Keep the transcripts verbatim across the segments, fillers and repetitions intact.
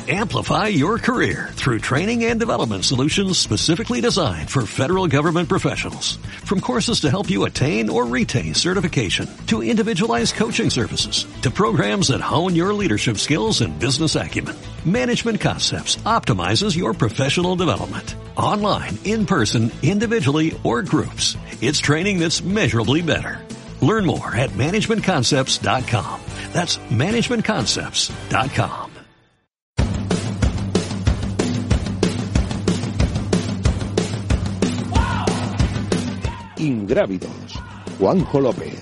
Amplify your career through training and development solutions specifically designed for federal government professionals. From courses to help you attain or retain certification, to individualized coaching services, to programs that hone your leadership skills and business acumen, Management Concepts optimizes your professional development. Online, in person, individually, or groups, it's training that's measurably better. Learn more at management concepts dot com. That's management concepts dot com. Ingrávidos, Juanjo López.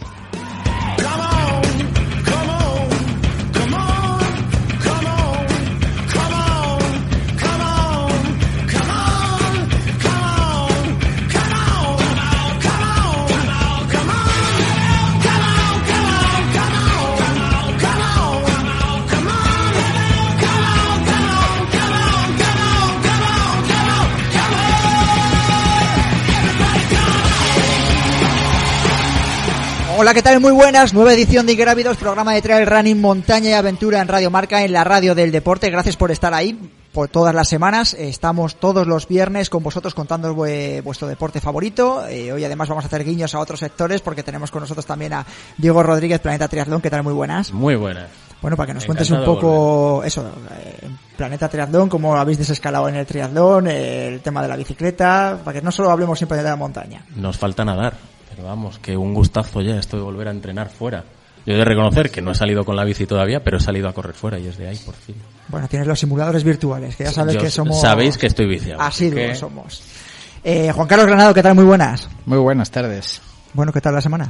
Hola, ¿qué tal? Muy buenas, nueva edición de Ingrávidos, programa de trail running, montaña y aventura en Radio Marca, en la radio del deporte. Gracias por estar ahí, por todas las semanas. Estamos todos los viernes con vosotros contando vuestro deporte favorito. Eh, hoy además vamos a hacer guiños a otros sectores porque tenemos con nosotros también a Diego Rodríguez, Planeta Triatlón. ¿Qué tal? Muy buenas. Muy buenas. Bueno, para que nos cuentes un poco volver. eso, eh, Planeta Triatlón, cómo habéis desescalado en el triatlón, eh, el tema de la bicicleta, para que no solo hablemos siempre de la montaña. Nos falta nadar. Pero vamos, que un gustazo ya esto de volver a entrenar fuera. Yo he de reconocer que no he salido con la bici todavía, pero he salido a correr fuera y es de ahí, por fin. Bueno, tienes los simuladores virtuales, que ya sabes Yo, que somos... Sabéis que estoy viciado. Asiduos que... somos. Eh, Juan Carlos Granado, ¿qué tal? Muy buenas. Muy buenas tardes. Bueno, ¿qué tal la semana?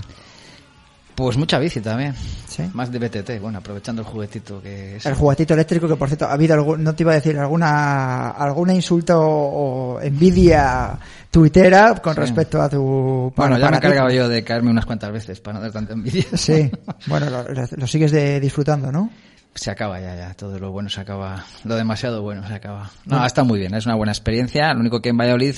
Pues mucha bici también. ¿Sí? Más de B T T, bueno, aprovechando el juguetito que es. El juguetito eléctrico, que por cierto, ha habido algún, no te iba a decir, alguna alguna insulto o, o envidia tuitera con sí. respecto a tu... Bueno, ya me he encargado yo de caerme unas cuantas veces para no dar tanta envidia. Sí, bueno, lo, lo sigues de, disfrutando, ¿no? Se acaba ya, ya, todo lo bueno se acaba, lo demasiado bueno se acaba. No, bueno. Está muy bien, es una buena experiencia, lo único que en Valladolid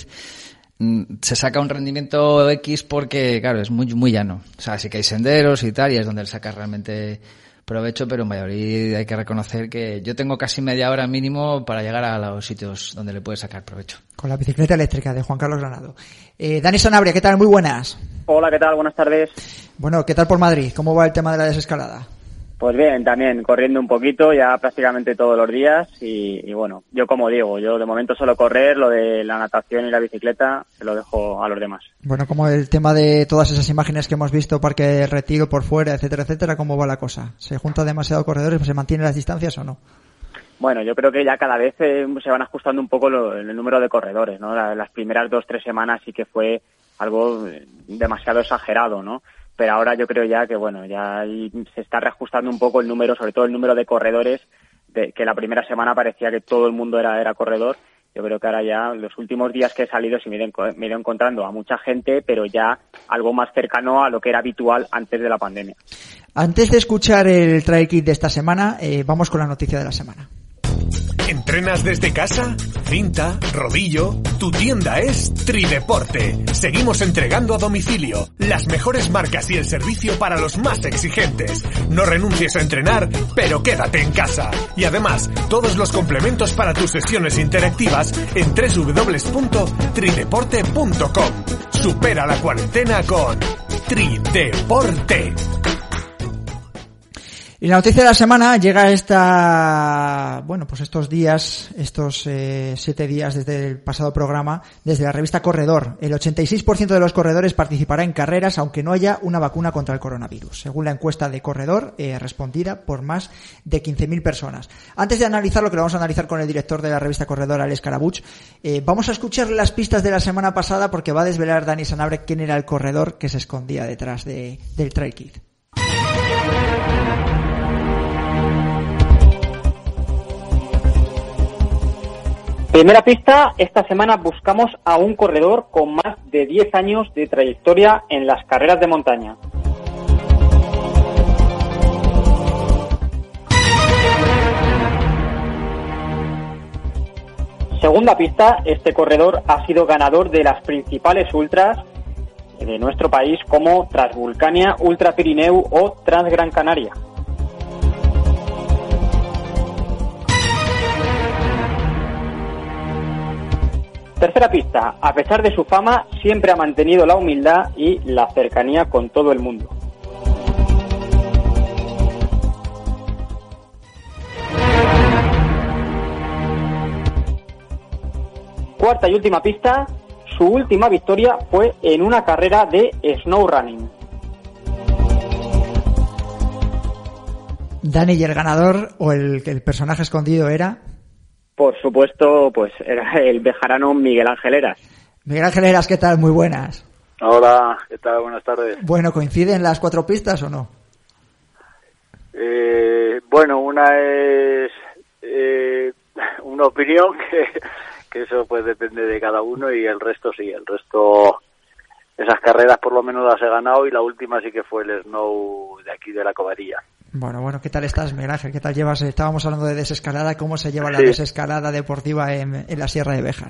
se saca un rendimiento X porque, claro, es muy muy llano. O sea, sí que hay senderos y tal, y es donde le sacas realmente provecho, pero en Valladolid hay que reconocer que yo tengo casi media hora mínimo para llegar a los sitios donde le puedes sacar provecho. Con la bicicleta eléctrica de Juan Carlos Granado. Eh, Dani Sanabria, ¿qué tal? Muy buenas. Hola, ¿qué tal? Buenas tardes. Bueno, ¿qué tal por Madrid? ¿Cómo va el tema de la desescalada? Pues bien, también corriendo un poquito, ya prácticamente todos los días y, y bueno, yo como digo, yo de momento solo correr, lo de la natación y la bicicleta se lo dejo a los demás. Bueno, como el tema de todas esas imágenes que hemos visto, Parque de Retiro por fuera, etcétera, etcétera, ¿cómo va la cosa? ¿Se junta demasiado corredores? ¿Se mantienen las distancias o no? Bueno, yo creo que ya cada vez eh, se van ajustando un poco lo, el número de corredores, ¿no? La, las primeras dos, tres semanas sí que fue algo demasiado exagerado, ¿no? Pero ahora yo creo ya que, bueno, ya se está reajustando un poco el número, sobre todo el número de corredores, de, que la primera semana parecía que todo el mundo era, era corredor. Yo creo que ahora ya, los últimos días que he salido, sí me he ido, me he ido encontrando a mucha gente, pero ya algo más cercano a lo que era habitual antes de la pandemia. Antes de escuchar el Trail Kit de esta semana, eh, vamos con la noticia de la semana. ¿Entrenas desde casa? Cinta, rodillo. Tu tienda es Trideporte. Seguimos entregando a domicilio las mejores marcas y el servicio para los más exigentes. No renuncies a entrenar, pero quédate en casa. Y además, todos los complementos para tus sesiones interactivas en doble u doble u doble u punto trideporte punto com. Supera la cuarentena con Trideporte. Y la noticia de la semana llega esta, bueno, pues estos días, estos eh, siete días desde el pasado programa, desde la revista Corredor. El ochenta y seis por ciento de los corredores participará en carreras aunque no haya una vacuna contra el coronavirus, según la encuesta de Corredor, eh, respondida por más de quince mil personas. Antes de analizar lo que lo vamos a analizar con el director de la revista Corredor, Alex Carabuch, eh, vamos a escuchar las pistas de la semana pasada porque va a desvelar Dani Sanabria quién era el corredor que se escondía detrás de, del Trail Kit. Primera pista, esta semana buscamos a un corredor con más de diez años de trayectoria en las carreras de montaña. Segunda pista, este corredor ha sido ganador de las principales ultras de nuestro país como Transvulcania, Ultra Pirineu o Transgran Canaria. Tercera pista. A pesar de su fama, siempre ha mantenido la humildad y la cercanía con todo el mundo. Cuarta y última pista. Su última victoria fue en una carrera de snow running. Dani, ¿y el ganador o el, el personaje escondido era? Por supuesto, pues era el bejarano Miguel Ángel Heras. Miguel Ángel Heras, ¿qué tal? Muy buenas. Hola, ¿qué tal? Buenas tardes. Bueno, ¿coinciden las cuatro pistas o no? Eh, bueno, una es eh, una opinión que, que eso pues depende de cada uno y el resto sí, el resto, esas carreras por lo menos las he ganado y la última sí que fue el snow de aquí de la Covadilla. Bueno, bueno, ¿qué tal estás, Miguel Ángel? ¿Qué tal llevas? Estábamos hablando de desescalada, ¿cómo se lleva la sí. desescalada deportiva en, en la Sierra de Béjar?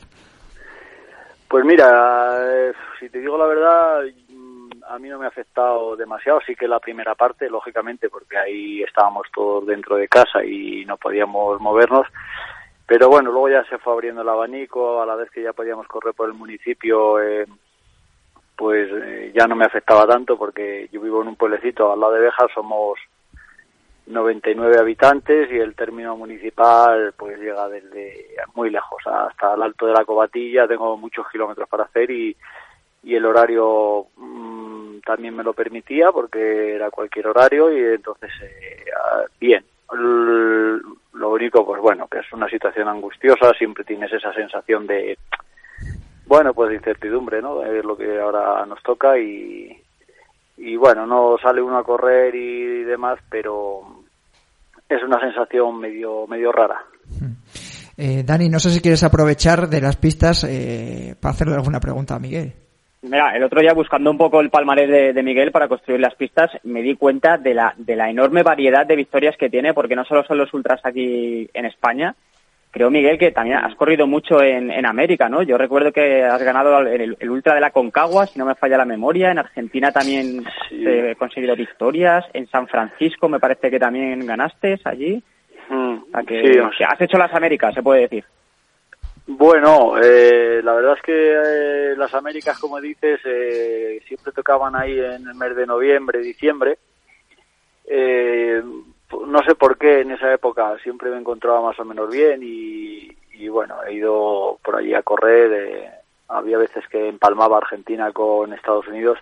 Pues mira, eh, si te digo la verdad, a mí no me ha afectado demasiado, sí que la primera parte, lógicamente, porque ahí estábamos todos dentro de casa y no podíamos movernos, pero bueno, luego ya se fue abriendo el abanico, a la vez que ya podíamos correr por el municipio, eh, pues eh, ya no me afectaba tanto, porque yo vivo en un pueblecito al lado de Béjar, somos noventa y nueve habitantes y el término municipal pues llega desde muy lejos hasta el Alto de la Covatilla, tengo muchos kilómetros para hacer y, y el horario mmm, también me lo permitía porque era cualquier horario y entonces eh, bien. El, lo único pues bueno, que es una situación angustiosa, siempre tienes esa sensación de bueno pues de incertidumbre, ¿no? Es lo que ahora nos toca y y bueno, no sale uno a correr y demás, pero es una sensación medio medio rara. Eh, Dani, no sé si quieres aprovechar de las pistas eh, para hacerle alguna pregunta a Miguel. Mira, el otro día buscando un poco el palmarés de, de Miguel para construir las pistas, me di cuenta de la de la enorme variedad de victorias que tiene, porque no solo son los ultras aquí en España. Creo, Miguel, que también has corrido mucho en, en América, ¿no? Yo recuerdo que has ganado el, el Ultra de la Concagua, si no me falla la memoria. En Argentina también sí. He conseguido victorias. En San Francisco me parece que también ganaste allí. Mm, o sea que, sí, o sea, has hecho las Américas, se puede decir. Bueno, eh, la verdad es que eh, las Américas, como dices, eh, siempre tocaban ahí en el mes de noviembre, diciembre. Eh... No sé por qué en esa época siempre me encontraba más o menos bien y, y bueno, he ido por allí a correr. Eh, había veces que empalmaba Argentina con Estados Unidos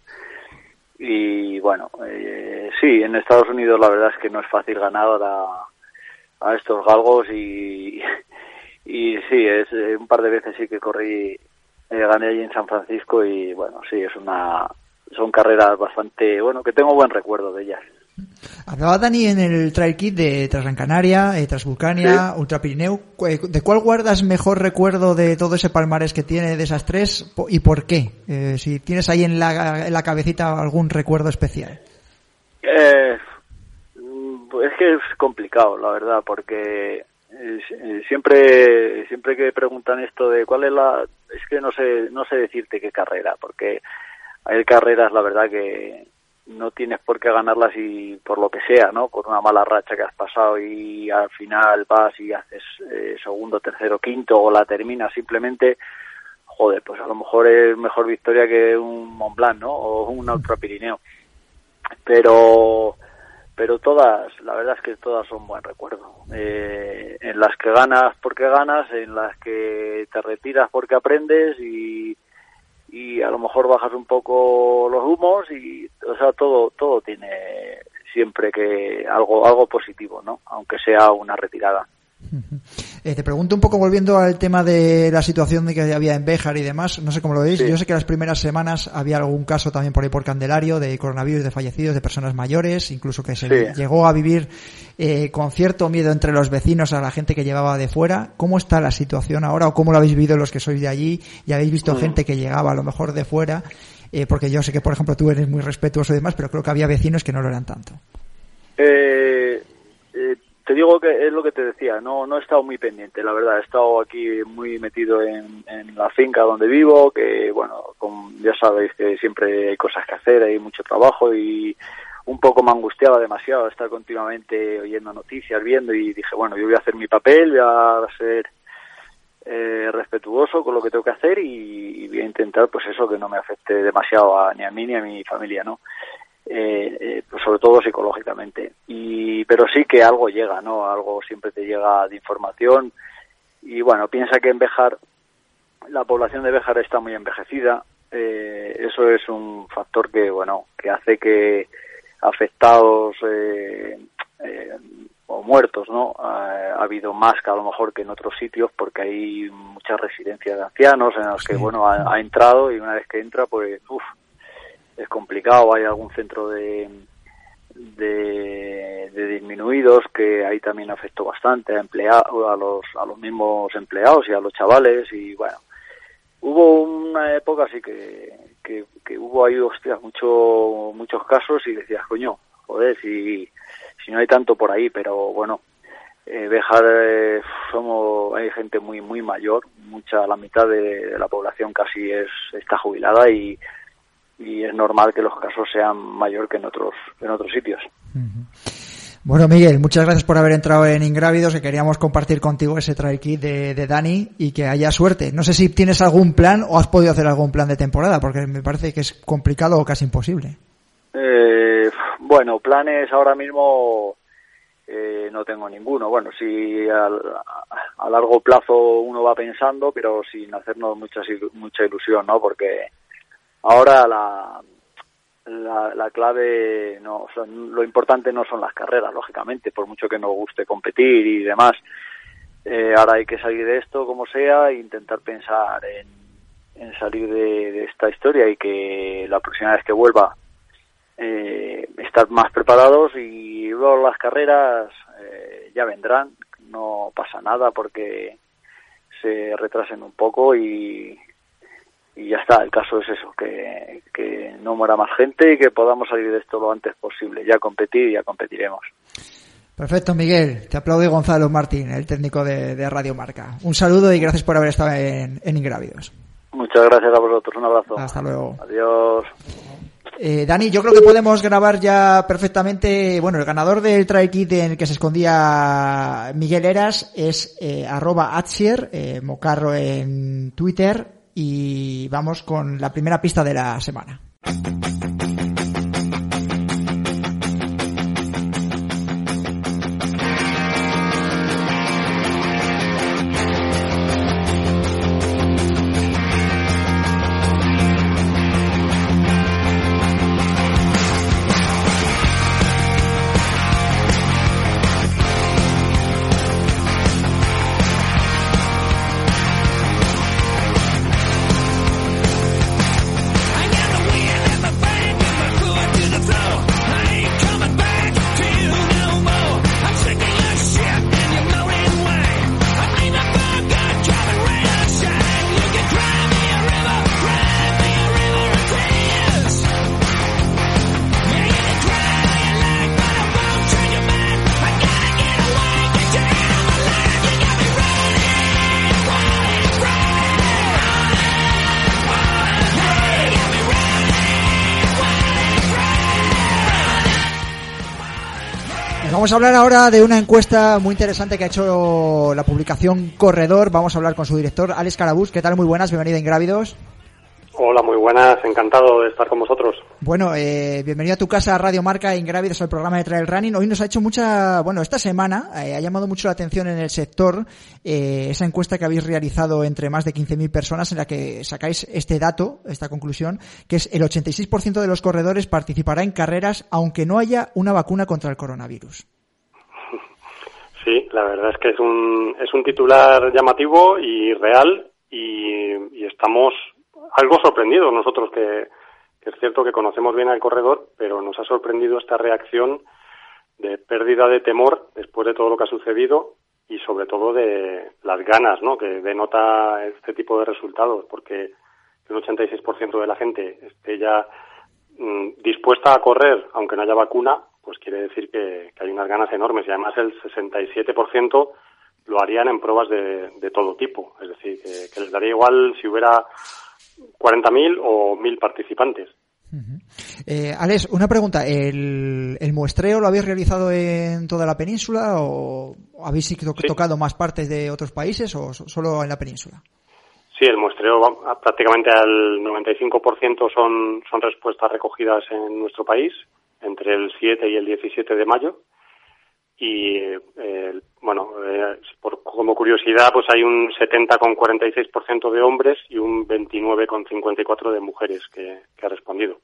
y bueno, eh, sí, en Estados Unidos la verdad es que no es fácil ganar a, a estos galgos y, y sí, es eh, un par de veces sí que corrí, eh, gané allí en San Francisco y bueno, sí, es una son carreras bastante, bueno, que tengo buen recuerdo de ellas. Hablaba Dani en el Trail Kit de Transgran Canaria, eh, Transvulcania, sí. Ultra Pirineu. ¿De cuál guardas mejor recuerdo de todo ese palmarés que tiene de esas tres y por qué? Eh, si tienes ahí en la, en la cabecita algún recuerdo especial. Eh, pues es que es complicado, la verdad, porque eh, siempre siempre que preguntan esto de cuál es la... Es que no sé no sé decirte qué carrera, porque hay carreras, la verdad, que no tienes por qué ganarlas y por lo que sea, ¿no? Por una mala racha que has pasado y al final vas y haces eh, segundo, tercero, quinto o la terminas simplemente, joder, pues a lo mejor es mejor victoria que un Mont Blanc, ¿no? O un Ultra Pirineo. Pero pero todas, la verdad es que todas son buen recuerdo. Eh, en las que ganas porque ganas, en las que te retiras porque aprendes y y a lo mejor bajas un poco los humos y, o sea, todo todo tiene siempre que algo algo positivo, ¿no? Aunque sea una retirada. Eh, te pregunto un poco, volviendo al tema de la situación de que había en Béjar y demás, no sé cómo lo veis, sí. Yo sé que las primeras semanas había algún caso también por ahí por Candelario de coronavirus, de fallecidos, de personas mayores, incluso que se sí. llegó a vivir eh, con cierto miedo entre los vecinos a la gente que llevaba de fuera. ¿Cómo está la situación ahora o cómo lo habéis vivido los que sois de allí y habéis visto mm. gente que llegaba a lo mejor de fuera? Eh, porque yo sé que, por ejemplo, tú eres muy respetuoso y demás, pero creo que había vecinos que no lo eran tanto. Eh... eh... Te digo que es lo que te decía, no no he estado muy pendiente, la verdad, he estado aquí muy metido en, en la finca donde vivo, que bueno, con, ya sabéis que siempre hay cosas que hacer, hay mucho trabajo y un poco me angustiaba demasiado estar continuamente oyendo noticias, viendo y dije, bueno, yo voy a hacer mi papel, voy a ser eh, respetuoso con lo que tengo que hacer y, y voy a intentar, pues eso, que no me afecte demasiado a, ni a mí ni a mi familia, ¿no? Eh, eh, pues sobre todo psicológicamente. Y pero sí que algo llega, ¿no? Algo siempre te llega de información. Y bueno, piensa que en Béjar, la población de Béjar está muy envejecida. Eh, eso es un factor que, bueno, que hace que afectados eh, eh, o muertos, ¿no? Ha, ha habido más que a lo mejor que en otros sitios, porque hay muchas residencias de ancianos en las que, bueno, ha, ha entrado, y una vez que entra, pues, uff, es complicado. Hay algún centro de, de, de disminuidos que ahí también afectó bastante a empleados, a los, a los mismos empleados y a los chavales, y bueno, hubo una época así que, que, que hubo ahí, hostias, mucho, muchos casos y decías, coño, joder, si, si no hay tanto por ahí, pero bueno, eh, Béjar, eh, somos, hay gente muy, muy mayor, mucha, la mitad de, de la población casi es, está jubilada, y, y es normal que los casos sean mayor que en otros, en otros sitios. Uh-huh. Bueno, Miguel, muchas gracias por haber entrado en Ingrávidos, que queríamos compartir contigo ese trail kit de, de Dani, y que haya suerte. No sé si tienes algún plan o has podido hacer algún plan de temporada, porque me parece que es complicado o casi imposible. Eh, bueno, planes ahora mismo eh, no tengo ninguno. Bueno, sí, a, a largo plazo uno va pensando, pero sin hacernos mucha, mucha ilusión, ¿no? Porque ahora la... La, la clave, no, son, lo importante no son las carreras, lógicamente, por mucho que nos guste competir y demás. Eh, ahora hay que salir de esto como sea e intentar pensar en, en salir de, de esta historia, y que la próxima vez que vuelva eh, estar más preparados, y luego las carreras eh, ya vendrán, no pasa nada porque se retrasen un poco y y ya está. El caso es eso, que, que no muera más gente y que podamos salir de esto lo antes posible. Ya competir, ya competiremos. Perfecto, Miguel. Te aplaude Gonzalo Martín, el técnico de, de Radio Marca. Un saludo y gracias por haber estado en, en Ingrávidos. Muchas gracias a vosotros. Un abrazo. Hasta luego. Adiós. Eh, Dani, yo creo que podemos grabar ya perfectamente. Bueno, el ganador del trail kit en el que se escondía Miguel Eras es eh, arroba Atsier, eh, Mocarro en Twitter. Y vamos con la primera pista de la semana. Vamos a hablar ahora de una encuesta muy interesante que ha hecho la publicación Corredor. Vamos a hablar con su director, Alex Carabús. ¿Qué tal? Muy buenas, bienvenido a Ingrávidos. Hola, muy buenas, encantado de estar con vosotros. Bueno, eh, bienvenido a tu casa, Radio Marca, Ingrávidos, al programa de Trail Running. Hoy nos ha hecho mucha, bueno, esta semana eh, ha llamado mucho la atención en el sector eh, esa encuesta que habéis realizado entre más de quince mil personas, en la que sacáis este dato, esta conclusión, que es el ochenta y seis por ciento de los corredores participará en carreras aunque no haya una vacuna contra el coronavirus. Sí, la verdad es que es un es un titular llamativo y real, y, y estamos algo sorprendidos nosotros, que, que es cierto que conocemos bien al corredor, pero nos ha sorprendido esta reacción de pérdida de temor después de todo lo que ha sucedido, y sobre todo de las ganas, ¿no?, que denota este tipo de resultados, porque un ochenta y seis por ciento de la gente esté ya mmm, dispuesta a correr aunque no haya vacuna, pues quiere decir que, que hay unas ganas enormes, y además el sesenta y siete por ciento lo harían en pruebas de, de todo tipo, es decir, que, que les daría igual si hubiera cuarenta mil o mil participantes. Uh-huh. Eh, Alex, una pregunta, ¿El, ¿el muestreo lo habéis realizado en toda la península o ¿Habéis sí. tocado más partes de otros países o solo en la península? Sí, el muestreo va, prácticamente al noventa y cinco por ciento son, son respuestas recogidas en nuestro país entre el siete y el diecisiete de mayo. Y, eh, bueno, eh, por, como curiosidad, pues hay un setenta coma cuarenta y seis por ciento de hombres y un veintinueve coma cincuenta y cuatro por ciento de mujeres que, que ha respondido.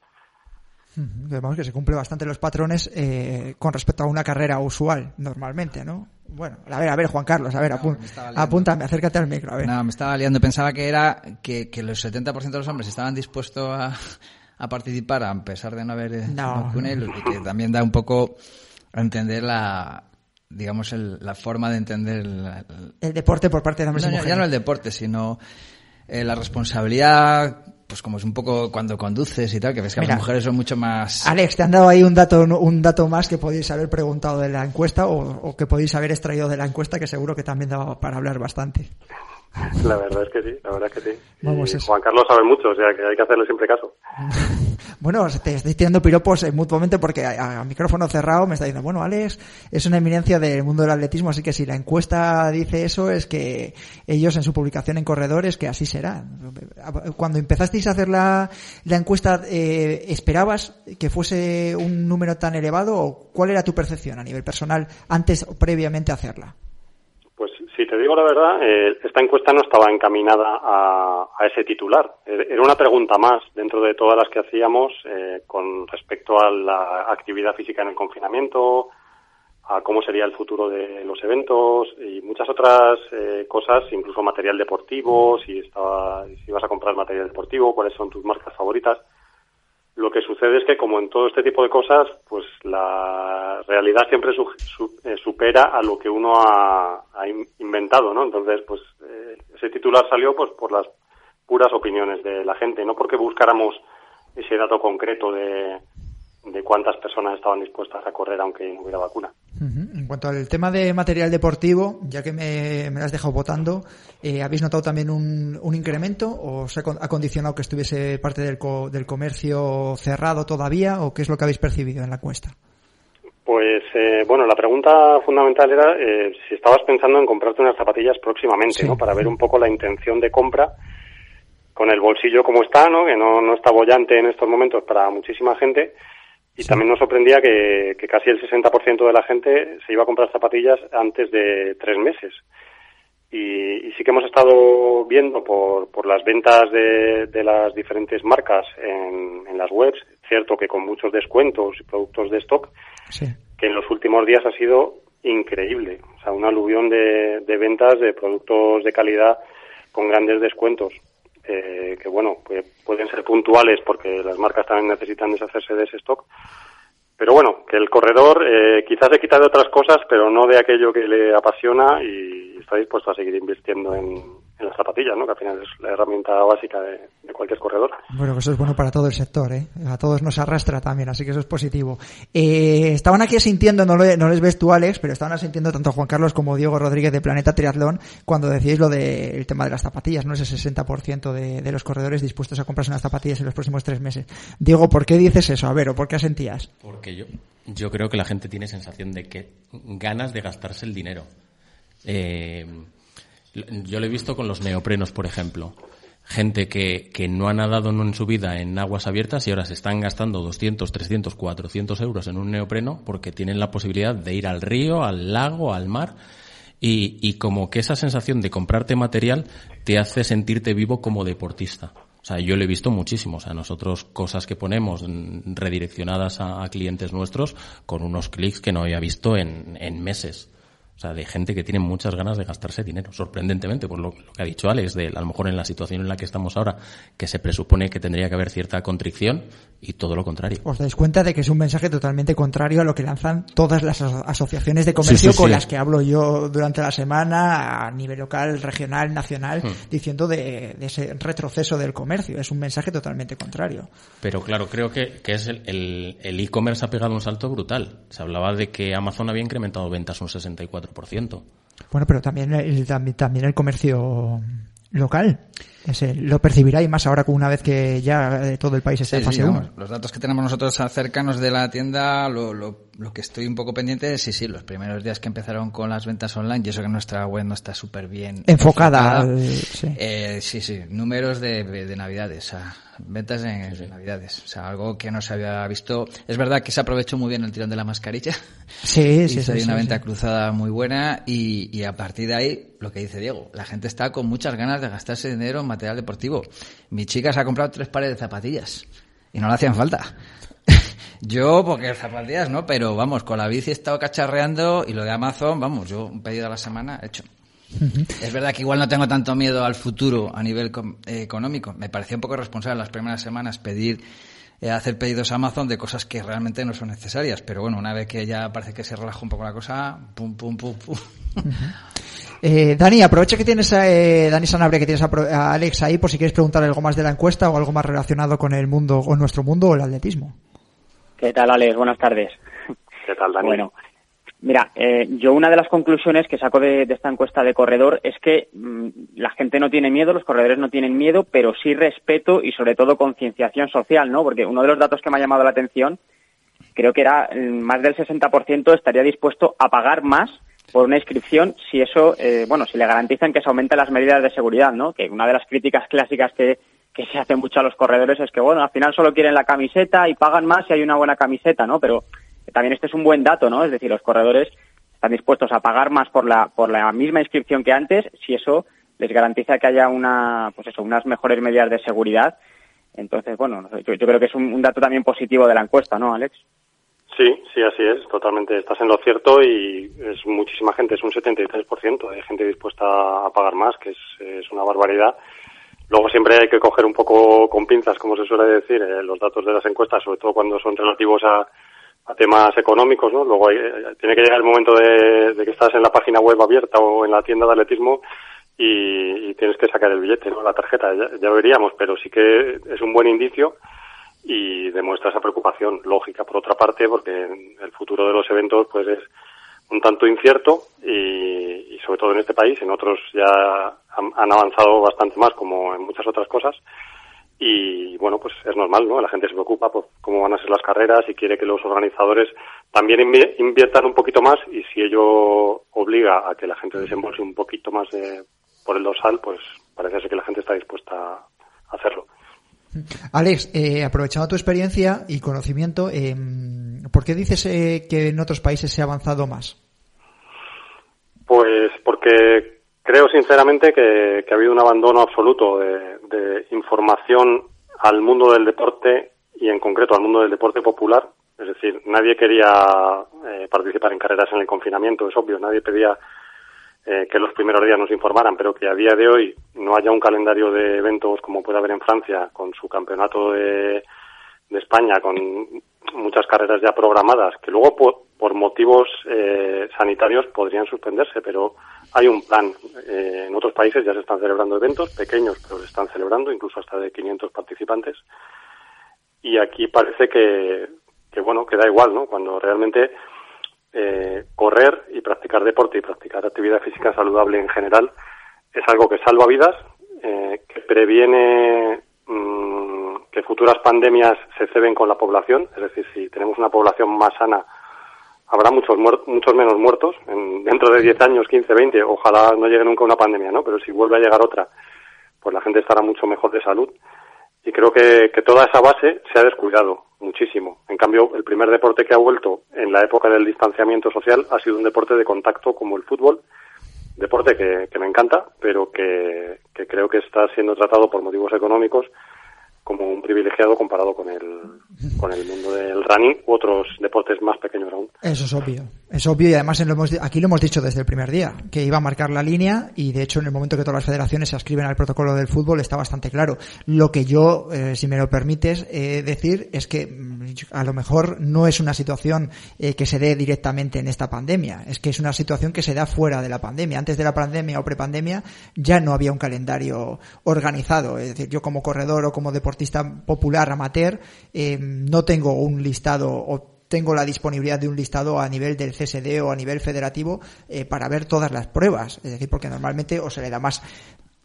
Vemos que se cumple bastante los patrones eh, con respecto a una carrera usual, normalmente, ¿no? Bueno, a ver, a ver, Juan Carlos, a ver, no, apun- apúntame, acércate al micro, a ver. No, me estaba liando, pensaba que era que, que los setenta por ciento de los hombres estaban dispuestos a, a participar a pesar de no haber no, vacuna, no. Y que también da un poco a entender la, digamos, el, la forma de entender el, el, el deporte por parte de hombres no, y mujeres. Ya no el deporte, sino eh, la responsabilidad, pues como es un poco cuando conduces y tal, que ves que Mira, las mujeres son mucho más... Alex, te han dado ahí un dato un dato más que podéis haber preguntado de la encuesta o, o que podéis haber extraído de la encuesta, que seguro que también daba para hablar bastante. La verdad es que sí, la verdad es que sí. Vamos, y Juan Carlos sabe mucho, o sea que hay que hacerle siempre caso. Bueno, te estoy tirando piropos eh, mutuamente porque a, a micrófono cerrado me está diciendo, bueno, Alex es una eminencia del mundo del atletismo, así que si la encuesta dice eso es que ellos en su publicación en Corredores que así será. Cuando empezasteis a hacer la, la encuesta, eh, ¿esperabas que fuese un número tan elevado o cuál era tu percepción a nivel personal antes o previamente a hacerla? Pues si te digo la verdad, eh, esta encuesta no estaba encaminada a, a ese titular. Era una pregunta más dentro de todas las que hacíamos eh, con respecto a la actividad física en el confinamiento, a cómo sería el futuro de los eventos y muchas otras eh, cosas, incluso material deportivo, si, estaba, si vas a comprar material deportivo, cuáles son tus marcas favoritas. Lo que sucede es que, como en todo este tipo de cosas, pues la realidad siempre su, su, eh, supera a lo que uno ha, ha inventado, ¿no? Entonces, pues eh, ese titular salió pues por las puras opiniones de la gente, no porque buscáramos ese dato concreto de, de cuántas personas estaban dispuestas a correr aunque no hubiera vacuna. Uh-huh. En cuanto al tema de material deportivo, ya que me, me lo has dejado votando, eh, ¿habéis notado también un, un incremento o se ha condicionado que estuviese parte del, co, del comercio cerrado todavía o qué es lo que habéis percibido en la encuesta? Pues, eh, bueno, la pregunta fundamental era eh, si estabas pensando en comprarte unas zapatillas próximamente, sí. ¿no? Para ver un poco la intención de compra con el bolsillo como está, ¿no? Que no, no está bollante en estos momentos para muchísima gente. Y sí. También nos sorprendía que, que casi el sesenta por ciento de la gente se iba a comprar zapatillas antes de tres meses. Y, y sí que hemos estado viendo por, por las ventas de, de las diferentes marcas en, en las webs, cierto que con muchos descuentos y productos de stock, sí. que en los últimos días ha sido increíble. O sea, una aluvión de, de ventas de productos de calidad con grandes descuentos. Eh, que bueno, pues pueden ser puntuales porque las marcas también necesitan deshacerse de ese stock, pero bueno, que el corredor eh, quizás se quita de otras cosas, pero no de aquello que le apasiona y está dispuesto a seguir invirtiendo en, en las zapatillas, ¿no? Que al final es la herramienta básica de, de cualquier corredor. Bueno, que eso es bueno para todo el sector, ¿eh? A todos nos arrastra también, así que eso es positivo. Eh, estaban aquí asintiendo, no, lo, no les ves tú, Alex, pero estaban asintiendo tanto Juan Carlos como Diego Rodríguez de Planeta Triatlón cuando decíais lo del tema de las zapatillas, ¿no? Ese sesenta por ciento de, de los corredores dispuestos a comprarse unas zapatillas en los próximos tres meses. Diego, ¿por qué dices eso? A ver, ¿o por qué asentías? Porque yo, yo creo que la gente tiene sensación de que ganas de gastarse el dinero. Eh, yo lo he visto con los neoprenos, por ejemplo. Gente que, que no ha nadado en su vida en aguas abiertas y ahora se están gastando doscientos, trescientos, cuatrocientos euros en un neopreno porque tienen la posibilidad de ir al río, al lago, al mar y, y como que esa sensación de comprarte material te hace sentirte vivo como deportista. O sea, yo lo he visto muchísimo. O sea, nosotros cosas que ponemos redireccionadas a, a clientes nuestros con unos clics que no había visto en, en meses. O sea, de gente que tiene muchas ganas de gastarse dinero, sorprendentemente, por lo, lo que ha dicho Alex, de a lo mejor en la situación en la que estamos ahora, que se presupone que tendría que haber cierta contrición y todo lo contrario. ¿Os dais cuenta de que es un mensaje totalmente contrario a lo que lanzan todas las asociaciones de comercio sí, sí, con sí. las que hablo yo durante la semana a nivel local, regional, nacional, hmm. diciendo de, de ese retroceso del comercio? Es un mensaje totalmente contrario. Pero claro, creo que, que es el, el, el e-commerce ha pegado un salto brutal. Se hablaba de que Amazon había incrementado ventas un sesenta y cuatro por ciento. Bueno, pero también el, también, también el comercio local. Ese, lo percibirá y más ahora que una vez que ya eh, todo el país está sí, en fase sí, uno. vamos, los datos que tenemos nosotros cercanos de la tienda, lo, lo, lo que estoy un poco pendiente es, sí, sí, los primeros días que empezaron con las ventas online, y eso que nuestra web no está súper bien enfocada. enfocada Eh, sí. Eh, sí, sí, números de, de Navidades, o sea, ventas en, de Navidades, o sea, algo que no se había visto. Es verdad que se aprovechó muy bien el tirón de la mascarilla. Sí, sí, Hizo sí. ahí una sí, venta sí. cruzada muy buena y, y a partir de ahí, lo que dice Diego, la gente está con muchas ganas de gastarse dinero en material deportivo. Mi chica se ha comprado tres pares de zapatillas y no le hacían falta. Yo, porque zapatillas no, pero vamos, con la bici he estado cacharreando y lo de Amazon, vamos, yo un pedido a la semana he hecho. Uh-huh. Es verdad que igual no tengo tanto miedo al futuro a nivel eh, económico. Me parecía un poco irresponsable las primeras semanas pedir, eh, hacer pedidos a Amazon de cosas que realmente no son necesarias. Pero bueno, una vez que ya parece que se relaja un poco la cosa, pum, pum, pum, pum. Uh-huh. Eh, Dani, aprovecha que tienes a eh, Dani Sanabria, que tienes a, a Alex ahí, por si quieres preguntar algo más de la encuesta o algo más relacionado con el mundo, o nuestro mundo o el atletismo. ¿Qué tal, Alex? Buenas tardes. ¿Qué tal, Dani? Bueno, mira, eh, yo una de las conclusiones que saco de, de esta encuesta de corredor es que mmm, la gente no tiene miedo, los corredores no tienen miedo, pero sí respeto y sobre todo concienciación social, ¿no? Porque uno de los datos que me ha llamado la atención, creo que era más del sesenta por ciento estaría dispuesto a pagar más por una inscripción si eso, eh, bueno, si le garantizan que se aumenten las medidas de seguridad, ¿no? Que una de las críticas clásicas que, que se hace mucho a los corredores es que, bueno, al final solo quieren la camiseta y pagan más si hay una buena camiseta, ¿no? Pero también este es un buen dato, ¿no? Es decir, los corredores están dispuestos a pagar más por la por la misma inscripción que antes si eso les garantiza que haya una, pues eso, unas mejores medidas de seguridad. Entonces, bueno, yo, yo creo que es un, un dato también positivo de la encuesta, ¿no, Alex? Sí, sí, así es, totalmente estás en lo cierto y es muchísima gente, es un setenta y tres por ciento de gente dispuesta a pagar más, que es, es una barbaridad. Luego siempre hay que coger un poco con pinzas, como se suele decir, eh, los datos de las encuestas, sobre todo cuando son relativos a, a temas económicos, ¿no? Luego hay, tiene que llegar el momento de, de que estás en la página web abierta o en la tienda de atletismo y, y tienes que sacar el billete, ¿no? La tarjeta, ya, ya veríamos, pero sí que es un buen indicio y demuestra esa preocupación lógica, por otra parte, porque el futuro de los eventos pues es un tanto incierto y, y sobre todo en este país, en otros ya han, han avanzado bastante más, como en muchas otras cosas, y bueno, pues es normal, ¿no? La gente se preocupa por cómo van a ser las carreras y quiere que los organizadores también inviertan un poquito más, y si ello obliga a que la gente desembolse un poquito más de, por el dorsal, pues parece ser que la gente está dispuesta a hacerlo. Alex, eh, aprovechando tu experiencia y conocimiento, eh, ¿por qué dices eh, que en otros países se ha avanzado más? Pues porque creo sinceramente que, que ha habido un abandono absoluto de, de información al mundo del deporte y en concreto al mundo del deporte popular. Es decir, nadie quería eh, participar en carreras en el confinamiento, es obvio, nadie pedía Eh, que los primeros días nos informaran, pero que a día de hoy no haya un calendario de eventos como puede haber en Francia, con su campeonato de, de España, con muchas carreras ya programadas, que luego por, por motivos eh, sanitarios podrían suspenderse, pero hay un plan. Eh, en otros países ya se están celebrando eventos pequeños, pero se están celebrando, incluso hasta de quinientos participantes, y aquí parece que, que bueno, que da igual, ¿no? Cuando realmente Eh, correr y practicar deporte y practicar actividad física saludable en general es algo que salva vidas, eh, que previene mmm, que futuras pandemias se ceben con la población. Es decir, si tenemos una población más sana, habrá muchos muer- muchos menos muertos en, dentro de diez años, quince, veinte, ojalá no llegue nunca una pandemia, ¿no? Pero si vuelve a llegar otra, pues la gente estará mucho mejor de salud. Y creo que, que toda esa base se ha descuidado muchísimo. En cambio, el primer deporte que ha vuelto en la época del distanciamiento social ha sido un deporte de contacto como el fútbol, deporte que, que me encanta, pero que, que creo que está siendo tratado por motivos económicos como un privilegiado comparado con el con el mundo del running u otros deportes más pequeños aún. Eso es obvio, es obvio, y además lo hemos, aquí lo hemos dicho desde el primer día, que iba a marcar la línea, y de hecho en el momento que todas las federaciones se ascriben al protocolo del fútbol está bastante claro. Lo que yo, eh, si me lo permites eh, decir, es que a lo mejor no es una situación eh, que se dé directamente en esta pandemia, es que es una situación que se da fuera de la pandemia. Antes de la pandemia o prepandemia ya no había un calendario organizado, es decir, yo como corredor o como deportista popular amateur eh, no tengo un listado o tengo la disponibilidad de un listado a nivel del C S D o a nivel federativo eh, para ver todas las pruebas, es decir, porque normalmente o se le da más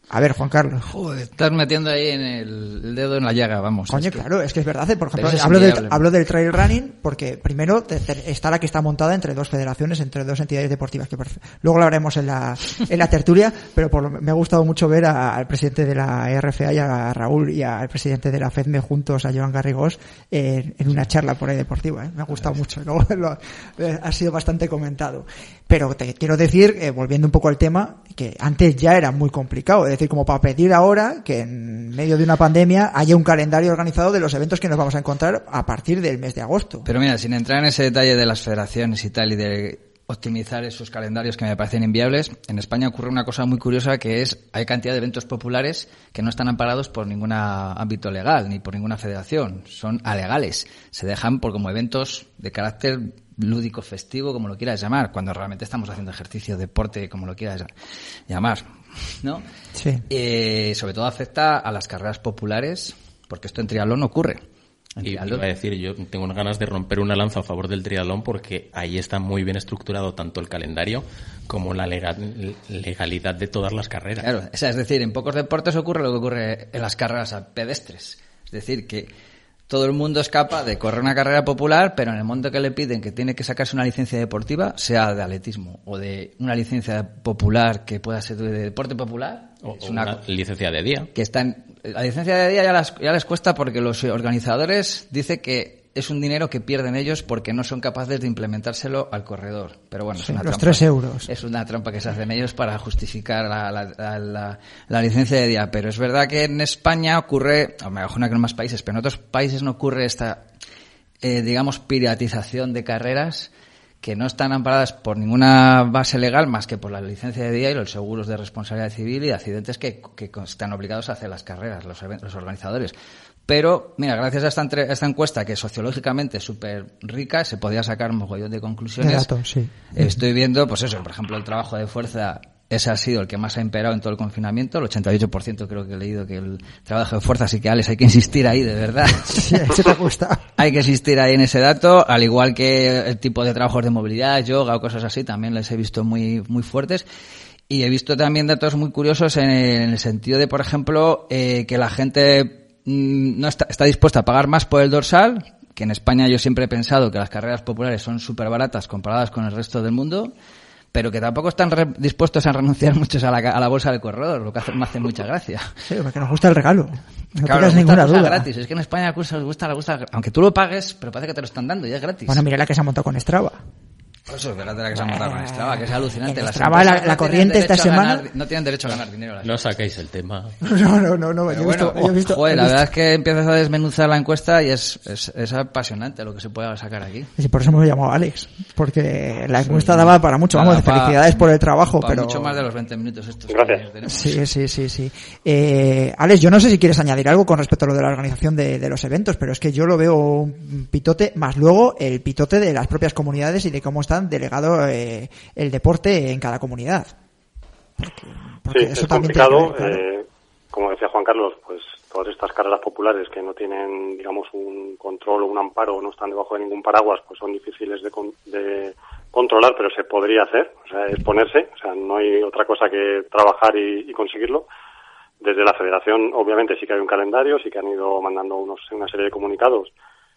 A ver, Juan Carlos. Joder, estás metiendo ahí en el, el dedo en la llaga, vamos. Coño, es que... claro, es que es verdad. Por ejemplo, es hablo del, hablo del trail running porque primero te, te, está la que está montada entre dos federaciones, entre dos entidades deportivas, que luego lo haremos en la, en la tertulia, pero por lo, me ha gustado mucho ver a, al presidente de la R F A y a Raúl y al presidente de la FEDME juntos, a Joan Garrigós, eh, en una charla por ahí deportiva. ¿eh? Me ha gustado mucho. Luego lo, eh, ha sido bastante comentado. Pero te quiero decir, eh, volviendo un poco al tema, que antes ya era muy complicado. Es decir, como para pedir ahora que en medio de una pandemia haya un calendario organizado de los eventos que nos vamos a encontrar a partir del mes de agosto. Pero mira, sin entrar en ese detalle de las federaciones y tal y de optimizar esos calendarios que me parecen inviables, en España ocurre una cosa muy curiosa que es hay cantidad de eventos populares que no están amparados por ningún ámbito legal ni por ninguna federación, son alegales, se dejan por como eventos de carácter lúdico, festivo, como lo quieras llamar, cuando realmente estamos haciendo ejercicio, deporte, como lo quieras llamar, ¿no? Sí. Eh, sobre todo afecta a las carreras populares, porque esto en triatlón no ocurre. Y iba a decir, yo tengo unas ganas de romper una lanza a favor del triatlón porque ahí está muy bien estructurado tanto el calendario como la legal, legalidad de todas las carreras. Claro, o sea, es decir, en pocos deportes ocurre lo que ocurre en las carreras pedestres. Es decir, que todo el mundo es capaz de correr una carrera popular, pero en el momento que le piden que tiene que sacarse una licencia deportiva, sea de atletismo o de una licencia popular que pueda ser de deporte popular, o, es o una, una licencia de día. Que están, la licencia de día ya, las, ya les cuesta porque los organizadores dicen que es un dinero que pierden ellos porque no son capaces de implementárselo al corredor. Pero bueno, sí, es una los trampa. tres euros. Es una trampa que se hacen ellos para justificar la, la, la, la, la licencia de día. Pero es verdad que en España ocurre, a lo mejor no que en más países, pero en otros países no ocurre esta, eh, digamos, piratización de carreras que no están amparadas por ninguna base legal más que por la licencia de día y los seguros de responsabilidad civil y de accidentes que, que están obligados a hacer las carreras, los, los organizadores. Pero, mira, gracias a esta, entre, a esta encuesta, que sociológicamente es súper rica, se podía sacar un mogollón de conclusiones. De datos, sí. Estoy viendo, pues eso, por ejemplo, el trabajo de fuerza, ese ha sido el que más ha imperado en todo el confinamiento, el ochenta y ocho por ciento creo que he leído que el trabajo de fuerza, así que, Alex, hay que insistir ahí, de verdad. Sí, se te gusta. Hay que insistir ahí en ese dato, al igual que el tipo de trabajos de movilidad, yoga o cosas así, también les he visto muy, muy fuertes. Y he visto también datos muy curiosos en el, en el sentido de, por ejemplo, eh, que la gente no está, está dispuesta a pagar más por el dorsal, que en España yo siempre he pensado que las carreras populares son súper baratas comparadas con el resto del mundo, pero que tampoco están re- dispuestos a renunciar muchos a la, a la bolsa del corredor, lo que hace, me hace mucha gracia. Sí, porque nos gusta el regalo. No claro, tengas ninguna duda. Gratis. Es que en España les gusta, les gusta, les gusta, aunque tú lo pagues, pero parece que te lo están dando y es gratis. Bueno, mira la que se ha montado con Strava. Eso es verdad, la que se ha montado con Strava, que es alucinante. En Strava, la, la no corriente esta semana... Ganar, no tienen derecho a ganar dinero. No saquéis el tema. No, no, no, no. Yo he bueno, visto, yo he visto, joder, he la visto. verdad es que empiezas a desmenuzar la encuesta y es, es, es apasionante lo que se puede sacar aquí. Y por eso me he llamado Alex, porque la encuesta daba para mucho. Vamos, para, felicidades por el trabajo, para pero... mucho más de los veinte minutos estos. Gracias. Que Sí, sí, sí, sí. Eh, Alex, yo no sé si quieres añadir algo con respecto a lo de la organización de, de los eventos, pero es que yo lo veo un pitote, más luego el pitote de las propias comunidades y de cómo están delegado eh, el deporte en cada comunidad. Porque, porque sí, eso es también tiene que complicado. ver, claro. eh, como decía Juan Carlos, pues todas estas carreras populares que no tienen, digamos, un control o un amparo, no están debajo de ningún paraguas, pues son difíciles de, con, de controlar, pero se podría hacer. O sea, es ponerse. O sea, no hay otra cosa que trabajar y, y conseguirlo. Desde la federación, obviamente, sí que hay un calendario, sí que han ido mandando unos, una serie de comunicados.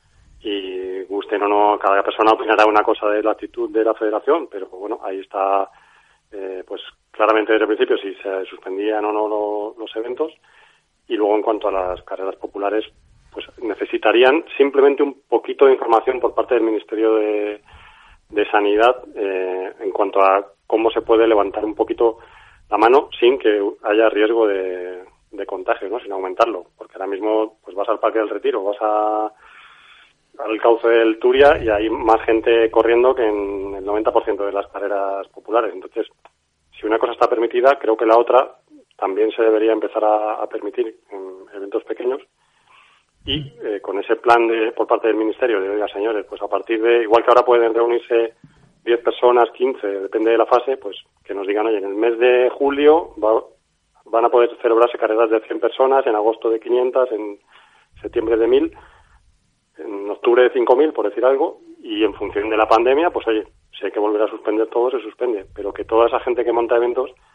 Y gusten o no, cada persona opinará una cosa de la actitud de la federación, pero bueno, ahí está, eh, pues claramente desde el principio si se suspendían o no lo, los eventos. Y luego en cuanto a las carreras populares, pues necesitarían simplemente un poquito de información por parte del Ministerio de, de Sanidad eh, en cuanto a cómo se puede levantar un poquito la mano sin que haya riesgo de, de contagio, ¿no? Sin aumentarlo, porque ahora mismo pues vas al Parque del Retiro, vas a al cauce del Turia y hay más gente corriendo que en el noventa por ciento de las carreras populares. Entonces, si una cosa está permitida, creo que la otra también se debería empezar a, a permitir en eventos pequeños y eh, con ese plan de por parte del Ministerio de, oiga, señores, pues a partir de, igual que ahora pueden reunirse diez personas, quince, depende de la fase, pues que nos digan, oye, en el mes de julio va, van a poder celebrarse carreras de cien personas, en agosto de quinientas, en septiembre de mil, en octubre de cinco mil, por decir algo, y en función de la pandemia, pues oye, si hay que volver a suspender todo, se suspende, pero que toda esa gente que monta eventos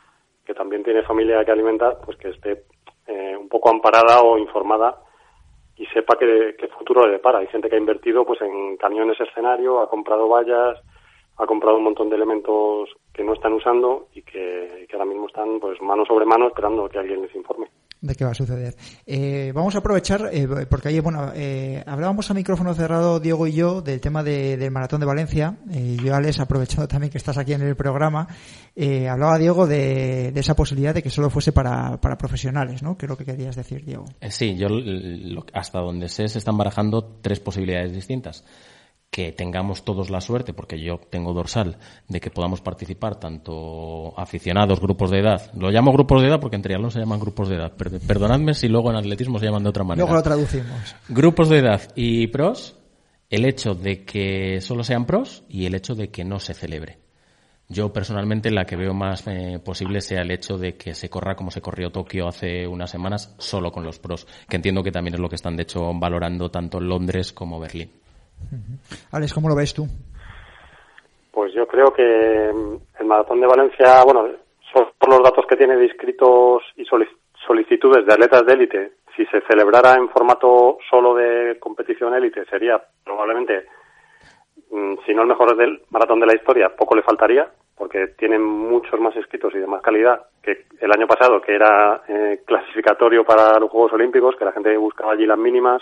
que también tiene familia que alimentar, pues que esté eh, un poco amparada o informada y sepa qué, qué futuro le depara. Hay gente que ha invertido pues en camiones escenario, ha comprado vallas, ha comprado un montón de elementos que no están usando y que, que ahora mismo están pues mano sobre mano esperando que alguien les informe de qué va a suceder. Eh, vamos a aprovechar, eh, porque ayer, bueno, eh, hablábamos a micrófono cerrado, Diego y yo, del tema de, del Maratón de Valencia. Eh, yo, Alex, aprovechando también que estás aquí en el programa, eh, hablaba Diego de, de esa posibilidad de que solo fuese para, para profesionales, ¿no? ¿Qué es lo que querías decir, Diego? Eh, sí, yo lo, hasta donde sé se están barajando tres posibilidades distintas. Que tengamos todos la suerte, porque yo tengo dorsal, de que podamos participar tanto aficionados, grupos de edad. Lo llamo grupos de edad porque en triatlón se llaman grupos de edad. Perdonadme si luego en atletismo se llaman de otra manera. Luego lo traducimos. Grupos de edad y pros, el hecho de que solo sean pros y el hecho de que no se celebre. Yo personalmente la que veo más eh, posible sea el hecho de que se corra como se corrió Tokio hace unas semanas solo con los pros, que entiendo que también es lo que están de hecho valorando tanto Londres como Berlín. Alex, ¿cómo lo ves tú? Pues yo creo que el Maratón de Valencia, bueno, por los datos que tiene de inscritos y solicitudes de atletas de élite, si se celebrara en formato solo de competición élite, sería probablemente, si no el mejor del maratón de la historia, poco le faltaría, porque tienen muchos más inscritos y de más calidad que el año pasado, que era eh, clasificatorio para los Juegos Olímpicos, que la gente buscaba allí las mínimas.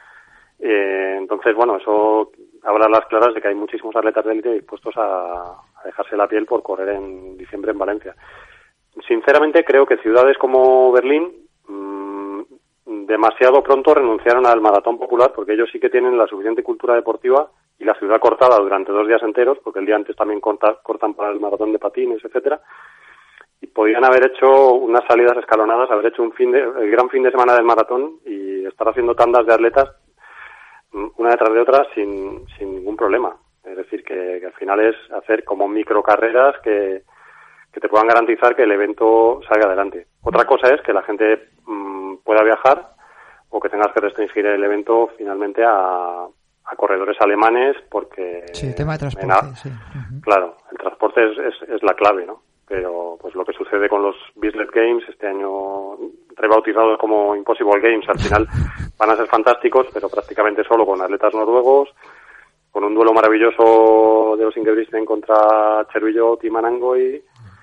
Eh, entonces, bueno, eso habla a las claras de que hay muchísimos atletas de élite dispuestos a, a dejarse la piel por correr en diciembre en Valencia. Sinceramente, creo que ciudades como Berlín mmm, demasiado pronto renunciaron al maratón popular, porque ellos sí que tienen la suficiente cultura deportiva y la ciudad cortada durante dos días enteros, porque el día antes también corta, cortan para el maratón de patines, etcétera. Y podían haber hecho unas salidas escalonadas, haber hecho un fin de, el gran fin de semana del maratón y estar haciendo tandas de atletas una detrás de otra sin, sin ningún problema. Es decir, que, que al final es hacer como microcarreras que, que te puedan garantizar que el evento salga adelante. Otra cosa es que la gente mmm, pueda viajar o que tengas que restringir el evento finalmente a, a corredores alemanes porque... Sí, el tema de transporte, a, sí. Uh-huh. Claro, el transporte es, es, es la clave, ¿no? Pero pues lo que sucede con los Bislett Games, este año rebautizados como Impossible Games, al final van a ser fantásticos, pero prácticamente solo con atletas noruegos, con un duelo maravilloso de los Ingebrigtsen contra Chervillo y Manangoy,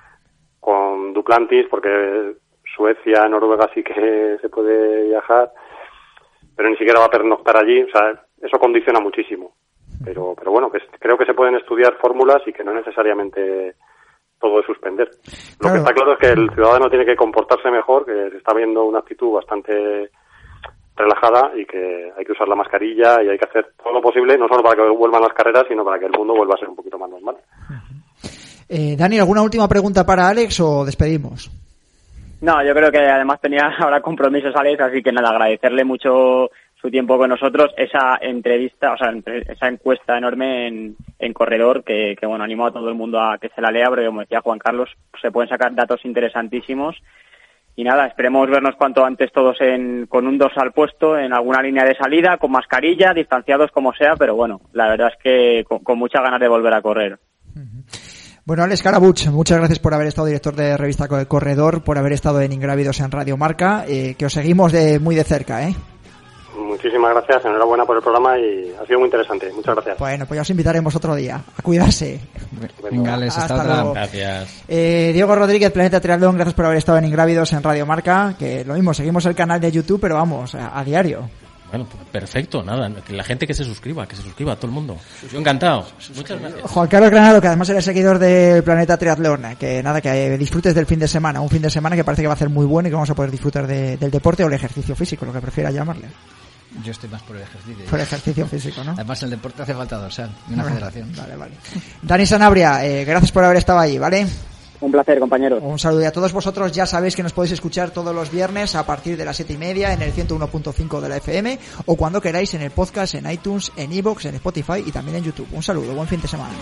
con Duplantis, porque Suecia, Noruega sí que se puede viajar, pero ni siquiera va a pernoctar allí, o sea, eso condiciona muchísimo. Pero, pero bueno, que creo que se pueden estudiar fórmulas y que no necesariamente todo es suspender. Lo claro. que está claro es que el ciudadano tiene que comportarse mejor, que se está viendo una actitud bastante relajada y que hay que usar la mascarilla y hay que hacer todo lo posible, no solo para que vuelvan las carreras, sino para que el mundo vuelva a ser un poquito más normal. Eh, Dani, ¿alguna última pregunta para Alex o despedimos? No, yo creo que además tenía ahora compromisos Alex, así que nada, agradecerle mucho su tiempo con nosotros, esa entrevista, o sea, esa encuesta enorme en, en Corredor, que, que bueno, animo a todo el mundo a que se la lea, porque como decía Juan Carlos, se pueden sacar datos interesantísimos. Y nada, esperemos vernos cuanto antes todos en, con un dorsal puesto en alguna línea de salida, con mascarilla, distanciados como sea, pero bueno, la verdad es que con, con muchas ganas de volver a correr. Bueno, Alex Carabuch, muchas gracias por haber estado director de revista Corredor, por haber estado en Ingrávidos en Radio Marca, eh, que os seguimos de muy de cerca, ¿eh? Muchísimas gracias, enhorabuena por el programa y ha sido muy interesante. Muchas gracias. Bueno, pues ya os invitaremos otro día. A cuidarse. Venga, Alex, hasta, hasta luego. Gracias. Eh, Diego Rodríguez, Planeta Triatlón, gracias por haber estado en Ingrávidos en Radio Marca, que lo mismo, seguimos el canal de YouTube, pero vamos, a, a diario. Bueno, perfecto, nada, que la gente que se suscriba, que se suscriba, todo el mundo. Yo encantado. Muchas gracias. Juan Carlos Granado, que además eres seguidor del Planeta Triatlón, que nada, que disfrutes del fin de semana, un fin de semana que parece que va a ser muy bueno y que vamos a poder disfrutar de, del deporte o el ejercicio físico, lo que prefiera llamarle. Yo estoy más por el ejercicio. Por el ejercicio físico, ¿no? Además, el deporte hace falta dorsal y una bueno, federación. Vale, vale. Dani Sanabria, eh, gracias por haber estado allí, ¿vale? Un placer, compañero. Un saludo. Y a todos vosotros ya sabéis que nos podéis escuchar todos los viernes a partir de las siete y media en el ciento uno punto cinco de la F M o cuando queráis en el podcast, en iTunes, en iVoox, en Spotify y también en YouTube. Un saludo, buen fin de semana.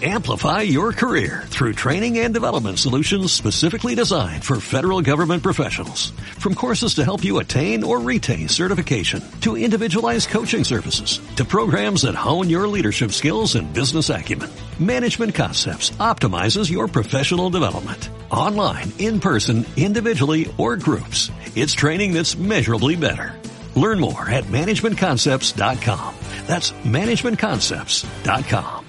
Amplify your career through training and development solutions specifically designed for federal government professionals. From courses to help you attain or retain certification, to individualized coaching services, to programs that hone your leadership skills and business acumen, Management Concepts optimizes your professional development. Online, in person, individually, or groups, it's training that's measurably better. Learn more at management concepts dot com. That's management concepts dot com.